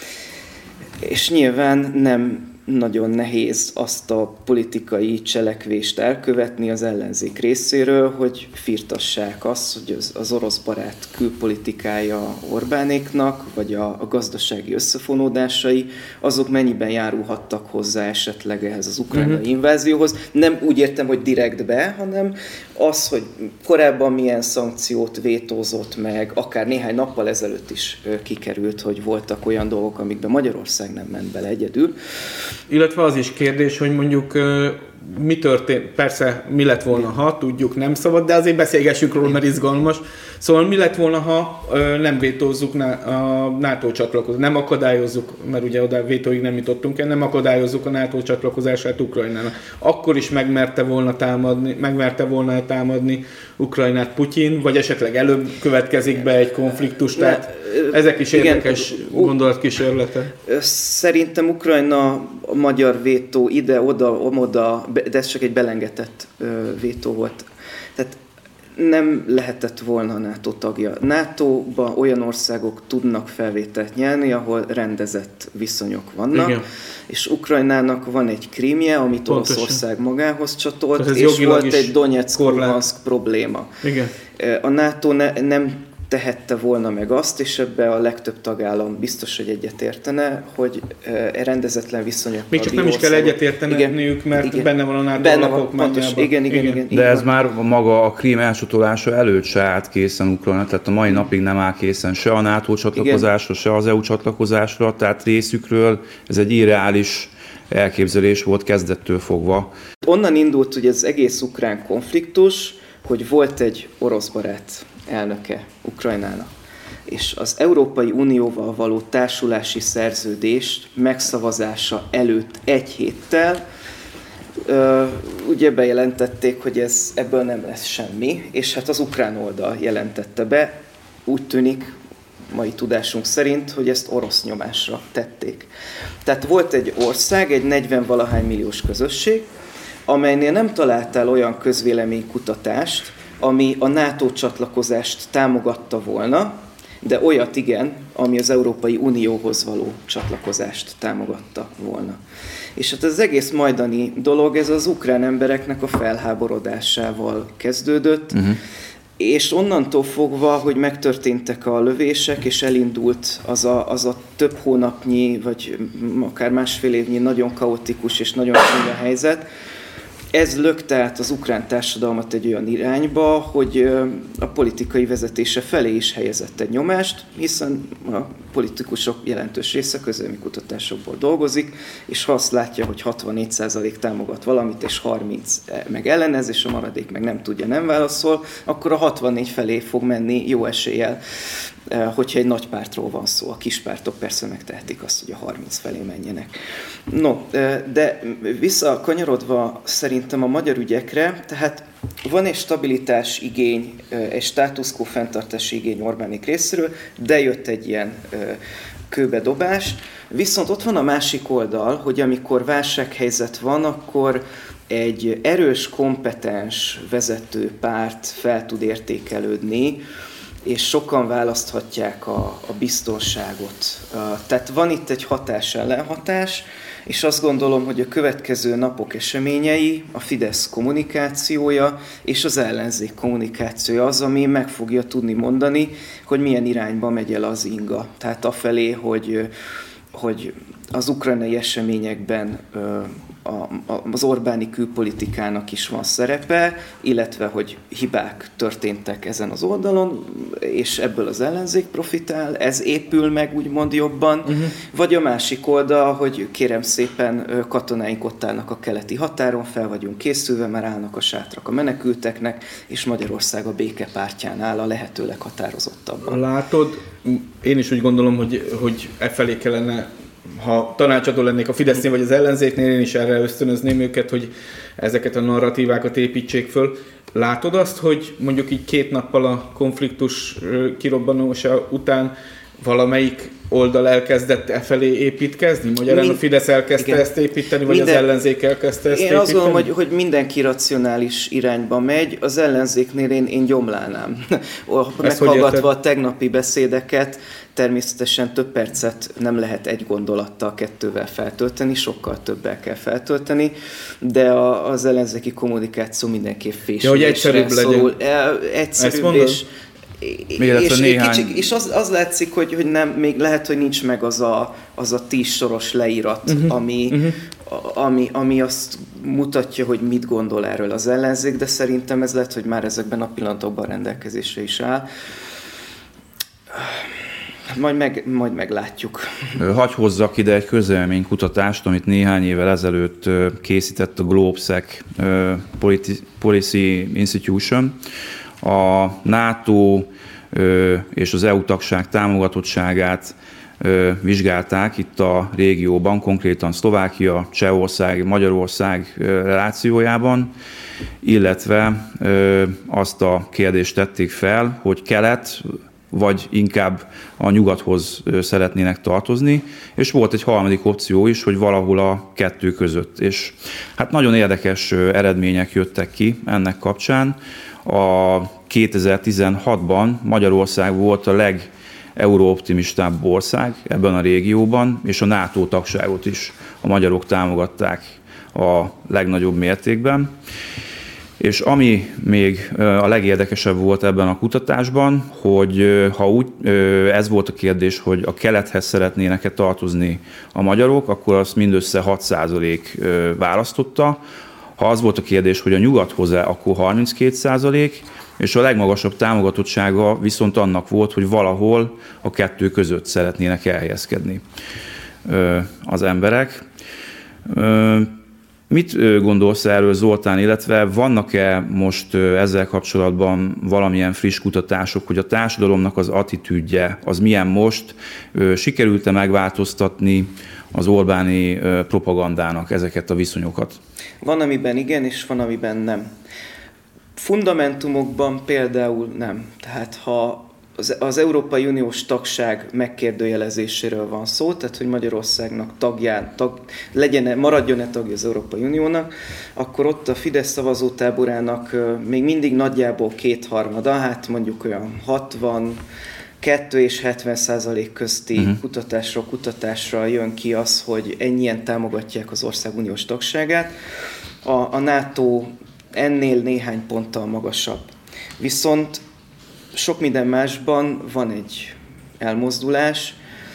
És nyilván nem nagyon nehéz azt a politikai cselekvést elkövetni az ellenzék részéről, hogy firtassák azt, hogy az orosz barát külpolitikája Orbánéknak, vagy a gazdasági összefonódásai, azok mennyiben járulhattak hozzá esetleg ehhez az ukrajnai invázióhoz. Nem úgy értem, hogy direktbe, hanem az, hogy korábban milyen szankciót vétózott meg, akár néhány nappal ezelőtt is kikerült, hogy voltak olyan dolgok, amikben Magyarország nem ment bele egyedül. Illetve az is kérdés, hogy mondjuk mi történt, persze mi lett volna, ha tudjuk, nem szabad, de azért beszélgessünk róla, mert izgalmas. Szóval mi lett volna, ha nem vétózzuk a NATO csatlakozást, nem akadályozzuk, mert ugye oda vétóig nem jutottunk el, nem akadályozzuk a NATO csatlakozását Ukrajnának. Akkor is megmerte volna támadni Ukrajnát Putyin, vagy esetleg előbb következik be egy konfliktus, tehát ezek is érdekes gondolatkísérlete. Szerintem Ukrajna a magyar vétó ide-oda, de ez csak egy belengetett vétó volt. Tehát nem lehetett volna a NATO tagja. NATO-ban olyan országok tudnak felvételt nyerni, ahol rendezett viszonyok vannak. Igen. És Ukrajnának van egy Krímje, amit Oroszország magához csatolt, és volt egy Donetsk-Luhansk probléma. Igen. A NATO nem tehette volna meg azt, és ebbe a legtöbb tagállam biztos, hogy egyetértene, hogy rendezetlen viszonyok. Még csak nem is kell egyetérteniük, mert benne van a NATO alapokmányában. Igen. De ez már maga a Krím elcsatolása előtt se állt készen Ukrajna, tehát a mai napig nem áll készen se a NATO csatlakozásra, se az EU csatlakozásra, tehát részükről ez egy irreális elképzelés volt kezdettől fogva. Onnan indult ugye az egész ukrán konfliktus, hogy volt egy orosz barát elnöke Ukrajnának, és az Európai Unióval való társulási szerződést megszavazása előtt egy héttel ugye bejelentették, hogy ebből nem lesz semmi, és hát az ukrán oldal jelentette be, úgy tűnik mai tudásunk szerint, hogy ezt orosz nyomásra tették. Tehát volt egy ország, egy 40-valahány milliós közösség, amelynél nem találtál olyan közvéleménykutatást, ami a NATO csatlakozást támogatta volna, de olyat igen, ami az Európai Unióhoz való csatlakozást támogatta volna. És hát az egész majdani dolog, ez az ukrán embereknek a felháborodásával kezdődött, és onnantól fogva, hogy megtörténtek a lövések, és elindult az a több hónapnyi, vagy akár másfél évnyi nagyon kaotikus és nagyon csúnya helyzet, ez lökte át az ukrán társadalmat egy olyan irányba, hogy a politikai vezetése felé is helyezett egy nyomást, hiszen a politikusok jelentős része közélmi kutatásokból dolgozik, és ha azt látja, hogy 64% támogat valamit, és 30% meg ellenez, és a maradék meg nem tudja, nem válaszol, akkor a 64 felé fog menni jó eséllyel, hogyha egy nagy pártról van szó. A kis pártok persze megtehetik azt, hogy a 30 felé menjenek. No, de visszakanyarodva szerintem a magyar ügyekre, tehát van egy stabilitás igény, egy status quo fenntartási igény Orbánik részéről, de jött egy ilyen kőbedobás. Viszont ott van a másik oldal, hogy amikor válsághelyzet van, akkor egy erős, kompetens vezető párt fel tud értékelődni, és sokan választhatják a biztonságot. Tehát van itt egy hatás-ellenhatás, és azt gondolom, hogy a következő napok eseményei, a Fidesz kommunikációja és az ellenzék kommunikációja az, ami meg fogja tudni mondani, hogy milyen irányba megy el az inga. Tehát afelé, hogy az ukrajnai eseményekben az Orbáni külpolitikának is van szerepe, illetve hogy hibák történtek ezen az oldalon, és ebből az ellenzék profitál, ez épül meg úgymond jobban, vagy a másik oldal, hogy kérem szépen katonáink ott állnak a keleti határon, fel vagyunk készülve, már állnak a sátrak a menekülteknek, és Magyarország a béke pártján áll a lehető leghatározottabban. Látod, én is úgy gondolom, hogy efelé kellene, ha tanácsadó lennék a Fidesznél vagy az ellenzéknél, én is erre ösztönözném őket, hogy ezeket a narratívákat építsék föl. Látod azt, hogy mondjuk így 2 nappal a konfliktus kirobbanása után valamelyik oldal elkezdett efelé építkezni? Magyarán a Fidesz elkezdte ezt építeni, vagy az ellenzék elkezdte ezt építeni? Én azt gondolom, hogy mindenki racionális irányba megy, az ellenzéknél én gyomlálnám. Meghallgatva a tegnapi beszédeket, természetesen több percet nem lehet egy gondolattal, 2-vel feltölteni, sokkal többel kell feltölteni, de az ellenzéki kommunikáció mindenképp fésülésre hogy egyszerűbb legyen. Egyszerűbb és az látszik, hogy nem, még lehet, hogy nincs meg az a 10 soros leírat, ami azt mutatja, hogy mit gondol erről az ellenzék, de szerintem ez lehet, hogy már ezekben a pillanatokban rendelkezésre is áll. Majd meglátjuk. Hagy hozzak ide egy közvéleménykutatást, amit néhány évvel ezelőtt készített a Globsec Policy Institution. A NATO és az EU tagság támogatottságát vizsgálták itt a régióban, konkrétan Szlovákia, Csehország, Magyarország relációjában, illetve azt a kérdést tették fel, hogy kelet vagy inkább a nyugathoz szeretnének tartozni, és volt egy harmadik opció is, hogy valahol a kettő között. És hát nagyon érdekes eredmények jöttek ki ennek kapcsán. A 2016-ban Magyarország volt a legeuróoptimistább ország ebben a régióban, és a NATO tagságot is a magyarok támogatták a legnagyobb mértékben. És ami még a legérdekesebb volt ebben a kutatásban, hogy ha ez volt a kérdés, hogy a kelethez szeretnének-e tartozni a magyarok, akkor azt mindössze 6% választotta. Ha az volt a kérdés, hogy a nyugathoz-e, akkor 32%, és a legmagasabb támogatottsága viszont annak volt, hogy valahol a kettő között szeretnének elhelyezkedni az emberek. Mit gondolsz erről, Zoltán, illetve vannak-e most ezzel kapcsolatban valamilyen friss kutatások, hogy a társadalomnak az attitűdje az milyen most? Sikerült-e megváltoztatni az Orbáni propagandának ezeket a viszonyokat? Van, amiben igen, és van, amiben nem. Fundamentumokban például nem. Tehát ha az Európai Uniós tagság megkérdőjelezéséről van szó, tehát hogy Magyarországnak maradjon-e tagja az Európai Uniónak, akkor ott a Fidesz szavazótáborának még mindig nagyjából 2/3, hát mondjuk olyan 62 és 70% közti kutatásra jön ki az, hogy ennyien támogatják az ország uniós tagságát. A NATO ennél néhány ponttal magasabb. Viszont sok minden másban van egy elmozdulás,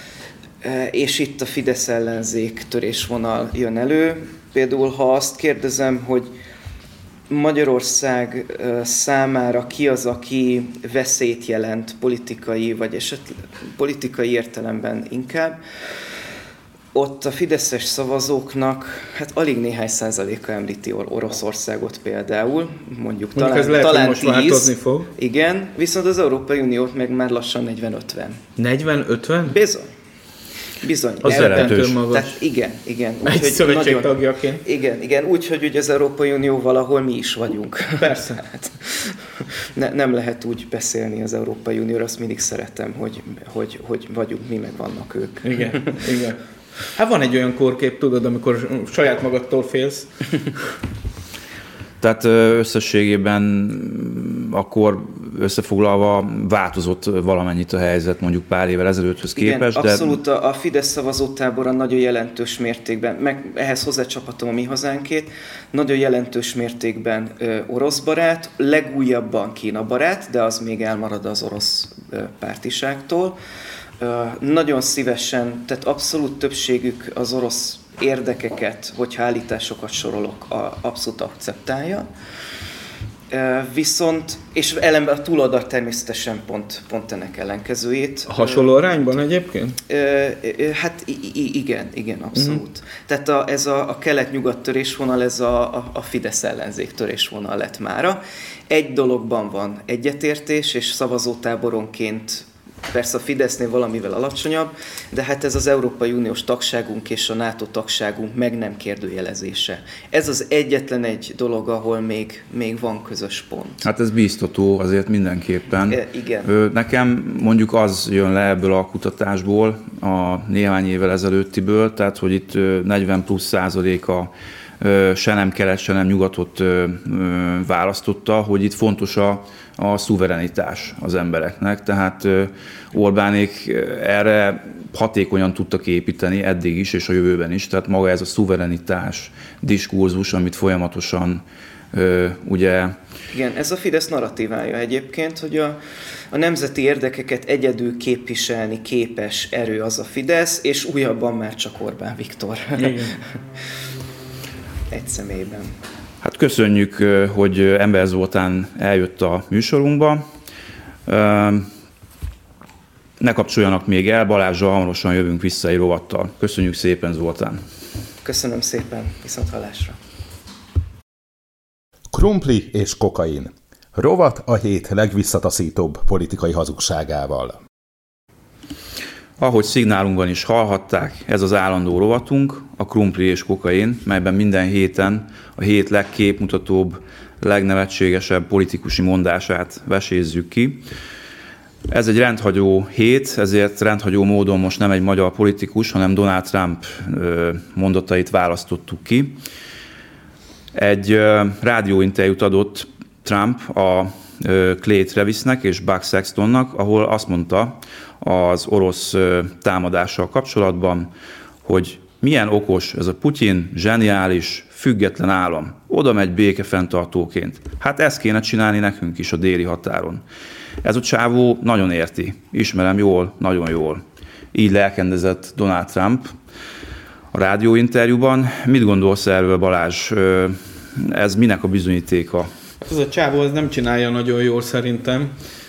és itt a Fidesz ellenzék törésvonal jön elő. Például, ha azt kérdezem, hogy Magyarország számára ki az, aki veszélyt jelent politikai, vagy esetleg politikai értelemben inkább, ott a fideszes szavazóknak hát alig néhány százaléka említi Oroszországot például, mondjuk talán most változni fog. Igen, viszont az Európai Uniót meg már lassan 40-50. 40-50? Bizony. Az jelentős magas. Tehát igen. Egy szövetség tagjaként. Igen, úgyhogy ugye az Európai Unió valahol mi is vagyunk. Persze. Hát, nem lehet úgy beszélni az Európai Unióra, azt mindig szeretem, hogy vagyunk mi, meg vannak ők. Igen. Hát van egy olyan kórkép, tudod, amikor saját magadtól félsz. Tehát összességében akkor összefoglalva változott valamennyit a helyzet mondjuk pár évvel ezelőtthöz képest. Igen, abszolút a Fidesz szavazótábora nagyon jelentős mértékben, meg ehhez hozzácsaphatom a Mi Hazánkét, nagyon jelentős mértékben orosz barát, legújabban Kína barát, de az még elmarad az orosz pártiságtól. Nagyon szívesen, tehát abszolút többségük az orosz érdekeket, hogyha állításokat sorolok, abszolút akceptálja. Viszont, és ellenben a túloldal természetesen pont ennek ellenkezőjét. Hasonló arányban egyébként? Hát igen, abszolút. Tehát ez a kelet-nyugat törésvonal, ez a Fidesz ellenzék törésvonal lett mára. Egy dologban van egyetértés, és szavazótáboronként persze a Fidesznél valamivel alacsonyabb, de hát ez az Európai Uniós tagságunk és a NATO tagságunk meg nem kérdőjelezése. Ez az egyetlen egy dolog, ahol még van közös pont. Hát ez biztató azért mindenképpen. Igen. Nekem mondjuk az jön le ebből a kutatásból, a néhány évvel ezelőttiből, tehát hogy itt 40+% se nem kelet, se nem nyugatot választotta, hogy itt fontos a szuverenitás az embereknek, tehát Orbánék erre hatékonyan tudtak építeni eddig is, és a jövőben is, tehát maga ez a szuverenitás diskurzus, amit folyamatosan ugye... Igen, ez a Fidesz narratívája egyébként, hogy a nemzeti érdekeket egyedül képviselni képes erő az a Fidesz, és újabban már csak Orbán Viktor. Igen. Egy személyben. Hát köszönjük, hogy Ember Zoltán eljött a műsorunkba. Ne kapcsoljanak még el, Balázsral hamarosan jövünk vissza egy rovattal. Köszönjük szépen, Zoltán. Köszönöm szépen, viszonthallásra. Krumpli és kokain. Rovat a hét legvisszataszítóbb politikai hazugságával. Ahogy szignálunkban is hallhatták, ez az állandó rovatunk, a krumpli és kokain, melyben minden héten a hét legképmutatóbb, legnevetségesebb politikusi mondását vesézzük ki. Ez egy rendhagyó hét, ezért rendhagyó módon most nem egy magyar politikus, hanem Donald Trump mondatait választottuk ki. Egy rádióinterjút adott Trump a Clay Travisnek és Buck Sextonnak, ahol azt mondta az orosz támadással kapcsolatban, hogy milyen okos ez a Putyin, zseniális, független állam. Oda megy békefenntartóként. Hát ezt kéne csinálni nekünk is a déli határon. Ez a csávó nagyon érti. Ismerem jól, nagyon jól. Így lelkendezett Donald Trump a rádióinterjúban. Mit gondolsz erről, Balázs? Ez minek a bizonyítéka? Ez a csávó nem csinálja nagyon jól szerintem.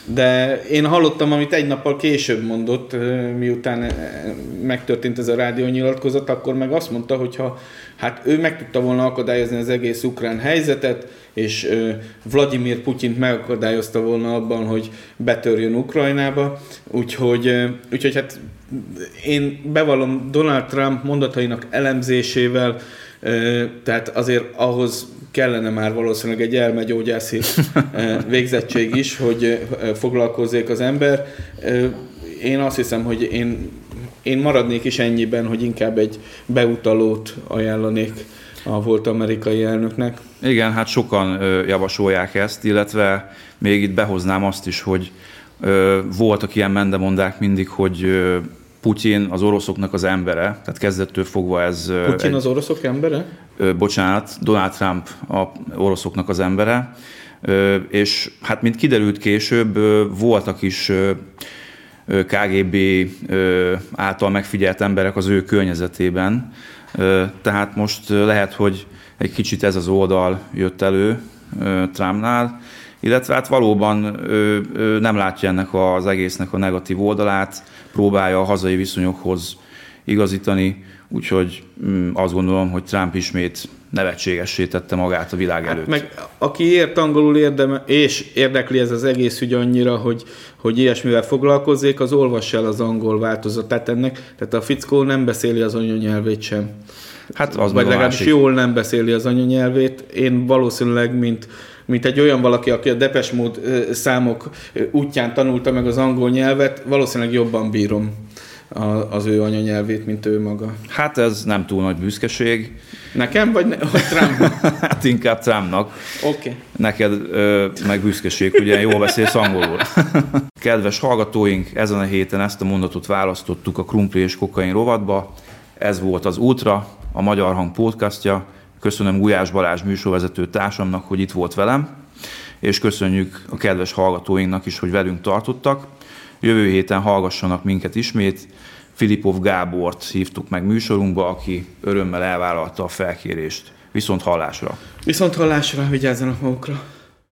De én hallottam, amit egy nappal később mondott, miután megtörtént ez a rádiónyilatkozat, akkor meg azt mondta, hogy hát ő meg tudta volna akadályozni az egész ukrán helyzetet, és Vladimir Putyint megakadályozta volna abban, hogy betörjön Ukrajnába. Úgyhogy hát én bevallom Donald Trump mondatainak elemzésével, tehát azért ahhoz kellene már valószínűleg egy elmegyógyászi végzettség is, hogy foglalkozzék az ember. Én azt hiszem, hogy én maradnék is ennyiben, hogy inkább egy beutalót ajánlanék a volt amerikai elnöknek. Igen, hát sokan javasolják ezt, illetve még itt behoznám azt is, hogy voltak ilyen mendemondák mindig, hogy Putyin az oroszoknak az embere, tehát kezdettől fogva ez... Putyin az oroszok embere? Bocsánat, Donald Trump a oroszoknak az embere, és hát mint kiderült később, voltak is KGB által megfigyelt emberek az ő környezetében, tehát most lehet, hogy egy kicsit ez az oldal jött elő Trumpnál, illetve hát valóban nem látja ennek az egésznek a negatív oldalát, próbálja a hazai viszonyokhoz igazítani, úgyhogy azt gondolom, hogy Trump ismét nevetségessé tette magát a világ előtt. Hát meg aki ért angolul és érdekli ez az egész ügy annyira, hogy ilyesmivel foglalkozzék, az olvassa el az angol változatát ennek, tehát a fickó nem beszéli az anyanyelvét sem. Hát az vagy legalábbis jól nem beszéli az anyanyelvét. Én valószínűleg, mint egy olyan valaki, aki a Depeche Mode számok útján tanulta meg az angol nyelvet, valószínűleg jobban bírom az ő anyanyelvét, mint ő maga. Hát ez nem túl nagy büszkeség. Nekem, vagy Trumpnak? Hát inkább Trumpnak. Okay. Neked meg büszkeség, ugye jól beszélsz angolul. Kedves hallgatóink, ezen a héten ezt a mondatot választottuk a Krumpli és Kokain rovatba. Ez volt az Ultra, a Magyar Hang podcastja. Köszönöm Gulyás Balázs műsorvezető társamnak, hogy itt volt velem, és köszönjük a kedves hallgatóinknak is, hogy velünk tartottak. Jövő héten hallgassanak minket ismét. Filipov Gábort hívtuk meg műsorunkba, aki örömmel elvállalta a felkérést. Viszont hallásra! Viszont hallásra, vigyázzanak magukra!